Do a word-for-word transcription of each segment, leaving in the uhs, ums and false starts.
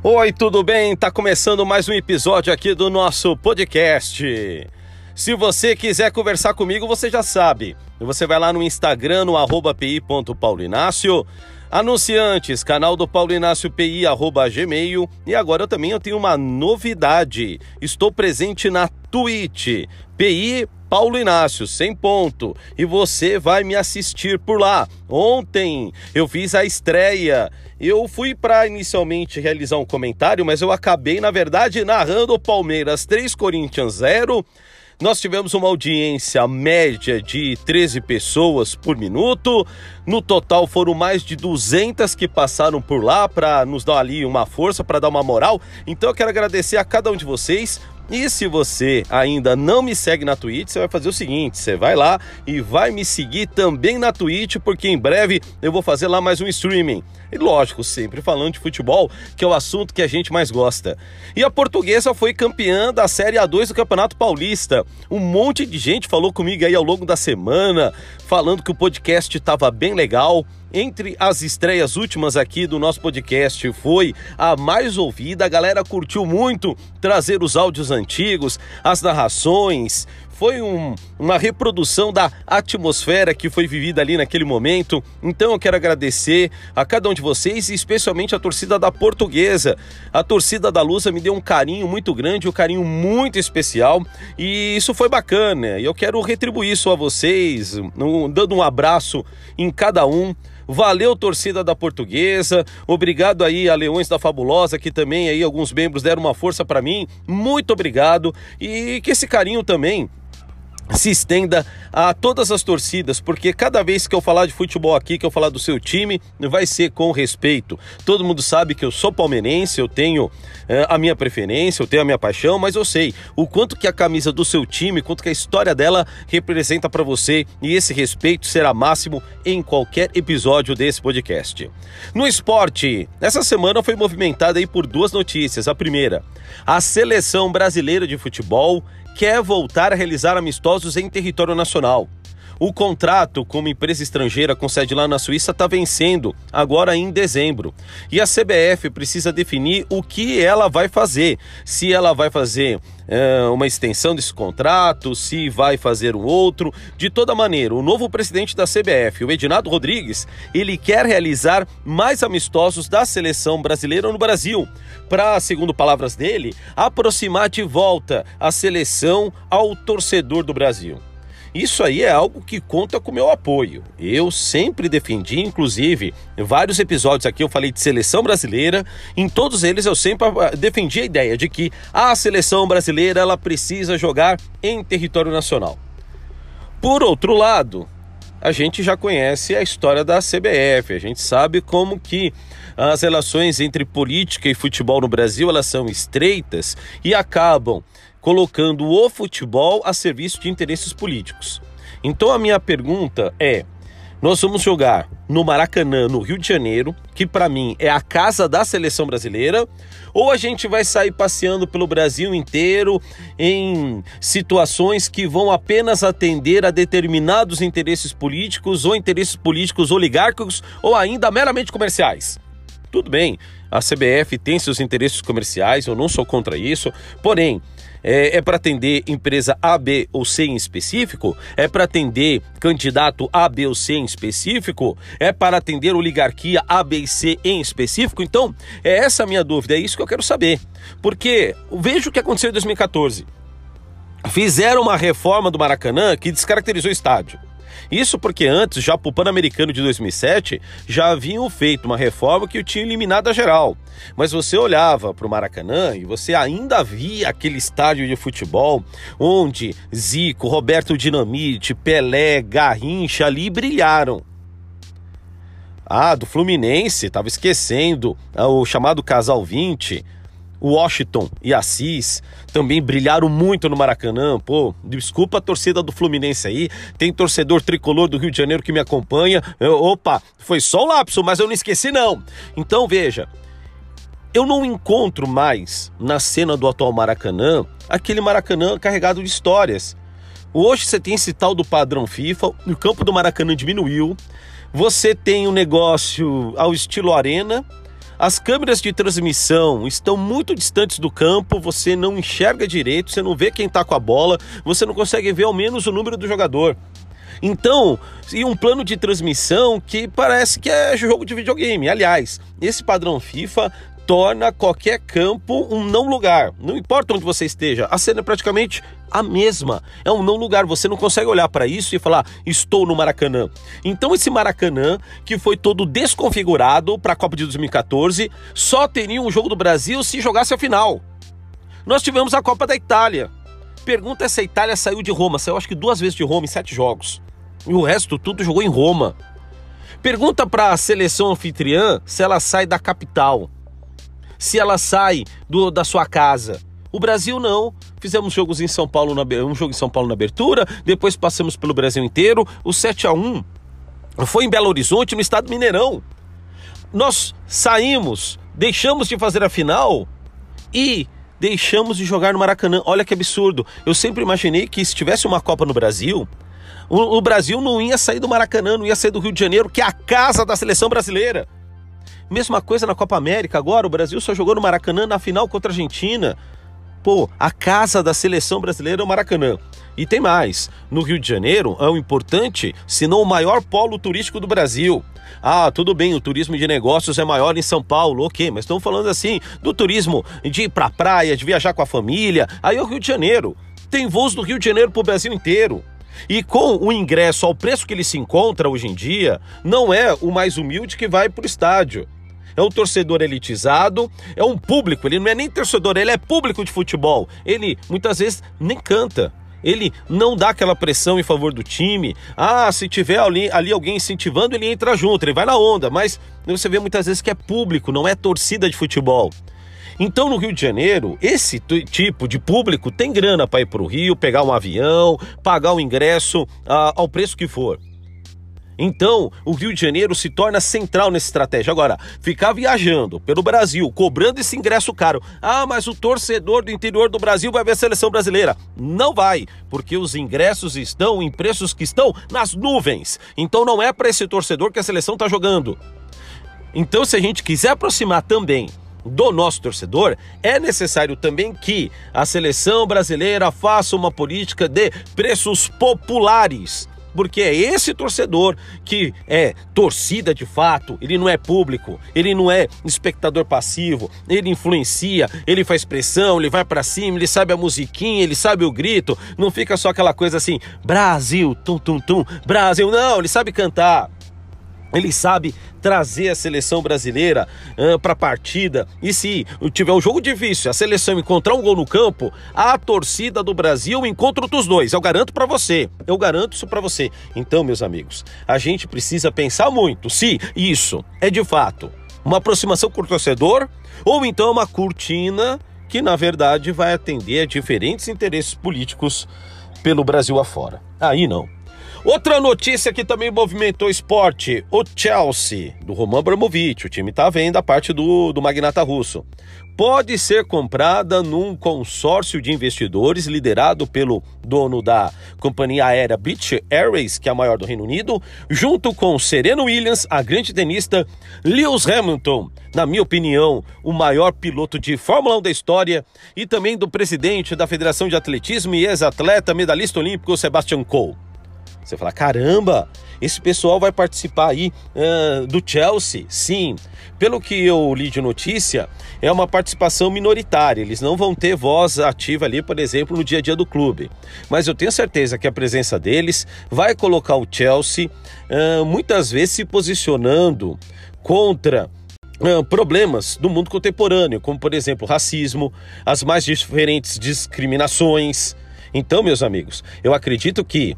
Oi, tudo bem? Tá começando mais um episódio aqui do nosso podcast. Se você quiser conversar comigo, você já sabe. Você vai lá no Instagram, no arroba pi ponto paulinácio. Anunciantes, canal do Paulo Inácio P I, arroba gmail. E agora eu também eu tenho uma novidade. Estou presente na Twitch, P I Paulo Inácio, sem ponto. E você vai me assistir por lá. Ontem eu fiz a estreia. Eu fui para inicialmente realizar um comentário, mas eu acabei, na verdade, narrando o Palmeiras três, Corinthians zero. Nós tivemos uma audiência média de treze pessoas por minuto. No total foram mais de duzentas que passaram por lá para nos dar ali uma força, para dar uma moral. Então eu quero agradecer a cada um de vocês. E se você ainda não me segue na Twitch, você vai fazer o seguinte, você vai lá e vai me seguir também na Twitch, porque em breve eu vou fazer lá mais um streaming. E lógico, sempre falando de futebol, que é o assunto que a gente mais gosta. E a Portuguesa foi campeã da Série A dois do Campeonato Paulista. Um monte de gente falou comigo aí ao longo da semana, falando que o podcast estava bem legal. Entre as estreias últimas aqui do nosso podcast foi a mais ouvida, a galera curtiu muito trazer os áudios antigos, as narrações, foi um, uma reprodução da atmosfera que foi vivida ali naquele momento. Então eu quero agradecer a cada um de vocês e especialmente a torcida da Portuguesa. A torcida da Lusa me deu um carinho muito grande, um carinho muito especial e isso foi bacana. E eu quero retribuir isso a vocês, um, dando um abraço em cada um. Valeu, torcida da Portuguesa, obrigado aí a Leões da Fabulosa, que também aí alguns membros deram uma força para mim, muito obrigado, e que esse carinho também se estenda a todas as torcidas, porque cada vez que eu falar de futebol aqui, que eu falar do seu time, vai ser com respeito. Todo mundo sabe que eu sou palmeirense, eu tenho é, a minha preferência, eu tenho a minha paixão, mas eu sei o quanto que a camisa do seu time, quanto que a história dela representa para você, e esse respeito será máximo em qualquer episódio desse podcast. No esporte, essa semana foi movimentada aí por duas notícias. A primeira, a seleção brasileira de futebol quer voltar a realizar amistosos em território nacional. O contrato com uma empresa estrangeira com sede lá na Suíça está vencendo agora em dezembro. E a C B F precisa definir o que ela vai fazer. Se ela vai fazer é, uma extensão desse contrato, se vai fazer um outro. De toda maneira, o novo presidente da C B F, o Edinaldo Rodrigues, ele quer realizar mais amistosos da seleção brasileira no Brasil, para, segundo palavras dele, aproximar de volta a seleção ao torcedor do Brasil. Isso aí é algo que conta com o meu apoio. Eu sempre defendi, inclusive, em vários episódios aqui eu falei de seleção brasileira, em todos eles eu sempre defendi a ideia de que a seleção brasileira ela precisa jogar em território nacional. Por outro lado, a gente já conhece a história da C B F, a gente sabe como que as relações entre política e futebol no Brasil elas são estreitas e acabam colocando o futebol a serviço de interesses políticos. Então a minha pergunta é, nós vamos jogar no Maracanã, no Rio de Janeiro, que para mim é a casa da seleção brasileira, ou a gente vai sair passeando pelo Brasil inteiro em situações que vão apenas atender a determinados interesses políticos ou interesses políticos oligárquicos ou ainda meramente comerciais? Tudo bem, a C B F tem seus interesses comerciais, eu não sou contra isso, porém, é, é para atender empresa A, B ou C em específico? É para atender candidato A, B ou C em específico? É para atender oligarquia A, B e C em específico? Então, é essa a minha dúvida, é isso que eu quero saber. Porque veja o que aconteceu em dois mil e quatorze. Fizeram uma reforma do Maracanã que descaracterizou o estádio. Isso porque antes, já para o Pan-Americano de dois mil e sete, já haviam feito uma reforma que o tinha eliminado a geral. Mas você olhava para o Maracanã e você ainda via aquele estádio de futebol onde Zico, Roberto Dinamite, Pelé, Garrincha ali brilharam. Ah, do Fluminense, estava esquecendo, o chamado Casal vinte... O Washington e Assis também brilharam muito no Maracanã. Pô, desculpa a torcida do Fluminense aí. Tem torcedor tricolor do Rio de Janeiro que me acompanha. Eu, opa, foi só um lapso, mas eu não esqueci não. Então veja, eu não encontro mais na cena do atual Maracanã aquele Maracanã carregado de histórias. Hoje você tem esse tal do padrão FIFA, o campo do Maracanã diminuiu. Você tem um negócio ao estilo arena. As câmeras de transmissão estão muito distantes do campo, você não enxerga direito, você não vê quem está com a bola, você não consegue ver ao menos o número do jogador. Então, e um plano de transmissão que parece que é jogo de videogame. Aliás, esse padrão FIFA torna qualquer campo um não lugar. Não importa onde você esteja, a cena é praticamente a mesma. É um não lugar, você não consegue olhar para isso e falar, estou no Maracanã. Então esse Maracanã, que foi todo desconfigurado para a Copa de dois mil e quatorze, só teria um jogo do Brasil se jogasse a final. Nós tivemos a Copa da Itália. Pergunta se a Itália saiu de Roma. Saiu acho que duas vezes de Roma em sete jogos. E o resto tudo jogou em Roma. Pergunta para a seleção anfitriã se ela sai da capital. Se ela sai do, da sua casa. O Brasil não. Fizemos jogos em São Paulo, na, um jogo em São Paulo na abertura, depois passamos pelo Brasil inteiro. O sete a um foi em Belo Horizonte, no estado do Mineirão. Nós saímos, deixamos de fazer a final e deixamos de jogar no Maracanã. Olha que absurdo. Eu sempre imaginei que se tivesse uma Copa no Brasil, o, o Brasil não ia sair do Maracanã, não ia sair do Rio de Janeiro, que é a casa da seleção brasileira. Mesma coisa na Copa América agora, o Brasil só jogou no Maracanã na final contra a Argentina. Pô, a casa da seleção brasileira é o Maracanã. E tem mais, no Rio de Janeiro é um importante, se não o maior polo turístico do Brasil. Ah, tudo bem, o turismo de negócios é maior em São Paulo, ok, mas estamos falando assim, do turismo de ir pra praia, de viajar com a família, aí é o Rio de Janeiro. Tem voos do Rio de Janeiro pro Brasil inteiro. E com o ingresso ao preço que ele se encontra hoje em dia, não é o mais humilde que vai pro estádio. É um torcedor elitizado, é um público, ele não é nem torcedor, ele é público de futebol. Ele muitas vezes nem canta, ele não dá aquela pressão em favor do time. Ah, se tiver ali, ali alguém incentivando, ele entra junto, ele vai na onda, mas você vê muitas vezes que é público, não é torcida de futebol. Então no Rio de Janeiro, esse tipo de público tem grana para ir para o Rio, pegar um avião, pagar o ingresso ah, ao preço que for. Então, o Rio de Janeiro se torna central nessa estratégia. Agora, ficar viajando pelo Brasil, cobrando esse ingresso caro. Ah, mas o torcedor do interior do Brasil vai ver a seleção brasileira. Não vai, porque os ingressos estão em preços que estão nas nuvens. Então não é para esse torcedor que a seleção está jogando. Então, se a gente quiser aproximar também do nosso torcedor, é necessário também que a seleção brasileira faça uma política de preços populares. Porque é esse torcedor que é torcida de fato, ele não é público, ele não é espectador passivo, ele influencia, ele faz pressão, ele vai pra cima, ele sabe a musiquinha, ele sabe o grito, não fica só aquela coisa assim, Brasil, tum tum tum, Brasil, não, ele sabe cantar. Ele sabe trazer a seleção brasileira uh, para a partida. E se tiver um jogo difícil, a seleção encontrar um gol no campo, a torcida do Brasil encontra os dois. Eu garanto para você. Eu garanto isso para você. Então, meus amigos, a gente precisa pensar muito se isso é de fato uma aproximação com o torcedor ou então uma cortina que, na verdade, vai atender a diferentes interesses políticos pelo Brasil afora. Aí não. Outra notícia que também movimentou o esporte, o Chelsea, do Roman Abramovich, o time está à venda, a parte do, do magnata russo, pode ser comprada num consórcio de investidores liderado pelo dono da companhia aérea British Airways, que é a maior do Reino Unido, junto com Serena Williams, a grande tenista Lewis Hamilton, na minha opinião, o maior piloto de Fórmula um da história, e também do presidente da Federação de Atletismo e ex-atleta medalhista olímpico Sebastian Coe. Você fala, caramba, esse pessoal vai participar aí uh, do Chelsea? Sim, pelo que eu li de notícia, é uma participação minoritária. Eles não vão ter voz ativa ali, por exemplo, no dia a dia do clube. Mas eu tenho certeza que a presença deles vai colocar o Chelsea uh, muitas vezes se posicionando contra uh, problemas do mundo contemporâneo, como, por exemplo, racismo, as mais diferentes discriminações. Então, meus amigos, eu acredito que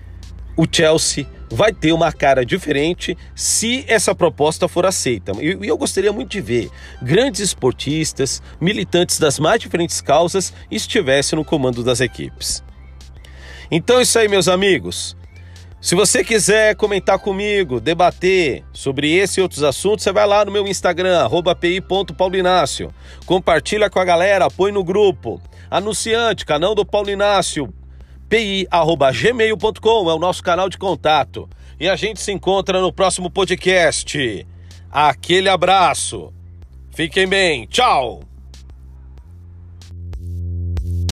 o Chelsea vai ter uma cara diferente se essa proposta for aceita. E eu, eu gostaria muito de ver grandes esportistas, militantes das mais diferentes causas, estivessem no comando das equipes. Então é isso aí, meus amigos. Se você quiser comentar comigo, debater sobre esse e outros assuntos, você vai lá no meu Instagram, arroba pi ponto paulinácio. Compartilha com a galera, põe no grupo. Anunciante, canal do Paulo Inácio, pi arroba gmail ponto com é o nosso canal de contato. E a gente se encontra no próximo podcast. Aquele abraço! Fiquem bem. Tchau!